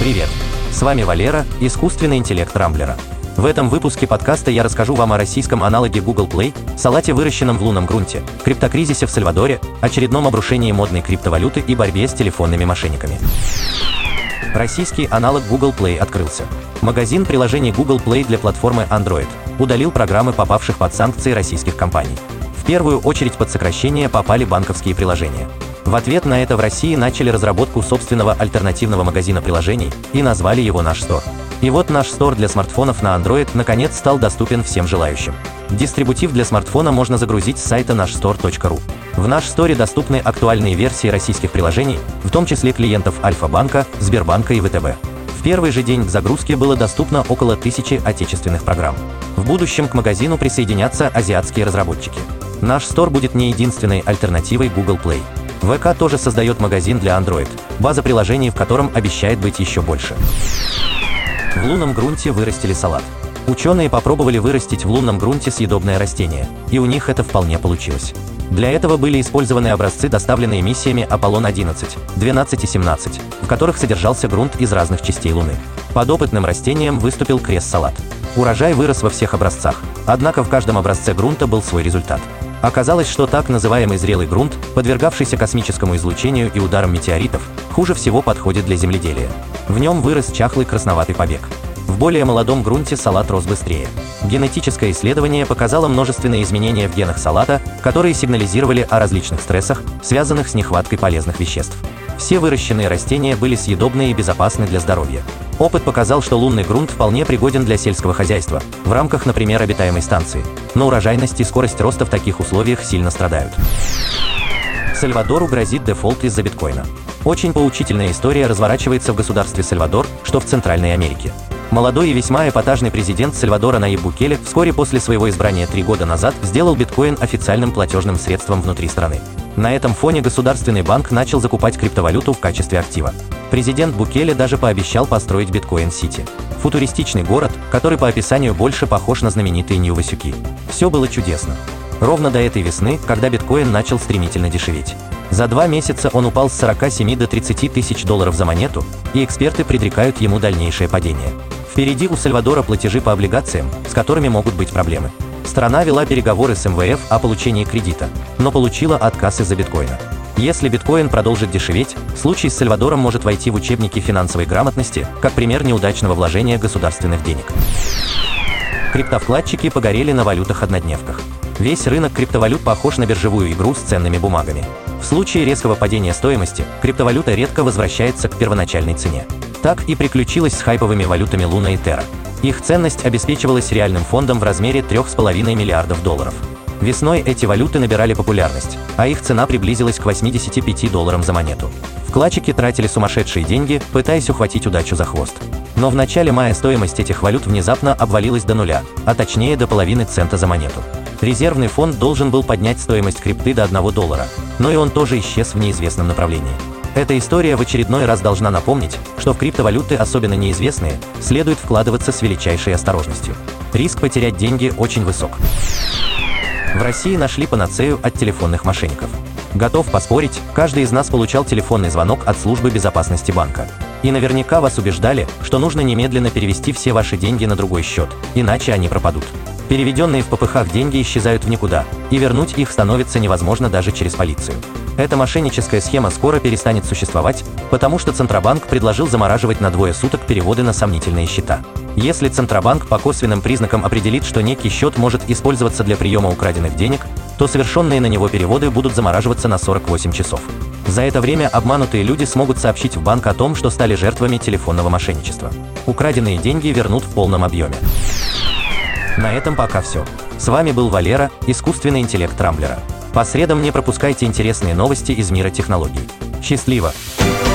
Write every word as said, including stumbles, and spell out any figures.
Привет! С вами Валера, искусственный интеллект Рамблера. В этом выпуске подкаста я расскажу вам о российском аналоге Google Play, салате, выращенном в лунном грунте, криптокризисе в Сальвадоре, очередном обрушении модной криптовалюты и борьбе с телефонными мошенниками. Российский аналог Google Play открылся. Магазин приложений Google Play для платформы Android удалил программы, попавших под санкции российских компаний. В первую очередь под сокращение попали банковские приложения. В ответ на это в России начали разработку собственного альтернативного магазина приложений и назвали его «Наш Стор». И вот «Наш Стор» для смартфонов на Android наконец стал доступен всем желающим. Дистрибутив для смартфона можно загрузить с сайта наш стор точка ру. В «Наш Сторе» доступны актуальные версии российских приложений, в том числе клиентов Альфа-банка, Сбербанка и вэ тэ бэ. В первый же день к загрузке было доступно около тысячи отечественных программ. В будущем к магазину присоединятся азиатские разработчики. «Наш Стор» будет не единственной альтернативой Google Play. вэ ка тоже создает магазин для Android, база приложений в котором обещает быть еще больше. В лунном грунте вырастили салат. Ученые попробовали вырастить в лунном грунте съедобное растение, и у них это вполне получилось. Для этого были использованы образцы, доставленные миссиями Аполлон одиннадцать, двенадцать и семнадцать, в которых содержался грунт из разных частей Луны. Подопытным растением выступил крест-салат. Урожай вырос во всех образцах, однако в каждом образце грунта был свой результат. Оказалось, что так называемый зрелый грунт, подвергавшийся космическому излучению и ударам метеоритов, хуже всего подходит для земледелия. В нем вырос чахлый красноватый побег. В более молодом грунте салат рос быстрее. Генетическое исследование показало множественные изменения в генах салата, которые сигнализировали о различных стрессах, связанных с нехваткой полезных веществ. Все выращенные растения были съедобны и безопасны для здоровья. Опыт показал, что лунный грунт вполне пригоден для сельского хозяйства, в рамках, например, обитаемой станции. Но урожайность и скорость роста в таких условиях сильно страдают. Сальвадору грозит дефолт из-за биткоина. Очень поучительная история разворачивается в государстве Сальвадор, что в Центральной Америке. Молодой и весьма эпатажный президент Сальвадора Наиб Букеле вскоре после своего избрания три года назад сделал биткоин официальным платежным средством внутри страны. На этом фоне Государственный банк начал закупать криптовалюту в качестве актива. Президент Букеле даже пообещал построить биткоин-сити. Футуристичный город, который по описанию больше похож на знаменитый Нью-Васюки. Все было чудесно. Ровно до этой весны, когда биткоин начал стремительно дешеветь. За два месяца он упал с сорока семи до тридцати тысяч долларов за монету, и эксперты предрекают ему дальнейшее падение. Впереди у Сальвадора платежи по облигациям, с которыми могут быть проблемы. Страна вела переговоры с эм вэ эф о получении кредита, но получила отказ из-за биткоина. Если биткоин продолжит дешеветь, случай с Сальвадором может войти в учебники финансовой грамотности, как пример неудачного вложения государственных денег. Криптовкладчики погорели на валютах-однодневках. Весь рынок криптовалют похож на биржевую игру с ценными бумагами. В случае резкого падения стоимости, криптовалюта редко возвращается к первоначальной цене. Так и приключилось с хайповыми валютами Луна и Терра. Их ценность обеспечивалась реальным фондом в размере трёх с половиной миллиардов долларов. Весной эти валюты набирали популярность, а их цена приблизилась к восьмидесяти пяти долларам за монету. Вкладчики тратили сумасшедшие деньги, пытаясь ухватить удачу за хвост. Но в начале мая стоимость этих валют внезапно обвалилась до нуля, а точнее до половины цента за монету. Резервный фонд должен был поднять стоимость крипты до одного доллара, но и он тоже исчез в неизвестном направлении. Эта история в очередной раз должна напомнить, что в криптовалюты, особенно неизвестные, следует вкладываться с величайшей осторожностью. Риск потерять деньги очень высок. В России нашли панацею от телефонных мошенников. Готов поспорить, каждый из нас получал телефонный звонок от службы безопасности банка. И наверняка вас убеждали, что нужно немедленно перевести все ваши деньги на другой счет, иначе они пропадут. Переведенные в попыхах деньги исчезают в никуда, и вернуть их становится невозможно даже через полицию. Эта мошенническая схема скоро перестанет существовать, потому что Центробанк предложил замораживать на двое суток переводы на сомнительные счета. Если Центробанк по косвенным признакам определит, что некий счет может использоваться для приема украденных денег, то совершенные на него переводы будут замораживаться на сорок восемь часов. За это время обманутые люди смогут сообщить в банк о том, что стали жертвами телефонного мошенничества. Украденные деньги вернут в полном объеме. На этом пока все. С вами был Валера, искусственный интеллект Рамблера. По средам не пропускайте интересные новости из мира технологий. Счастливо!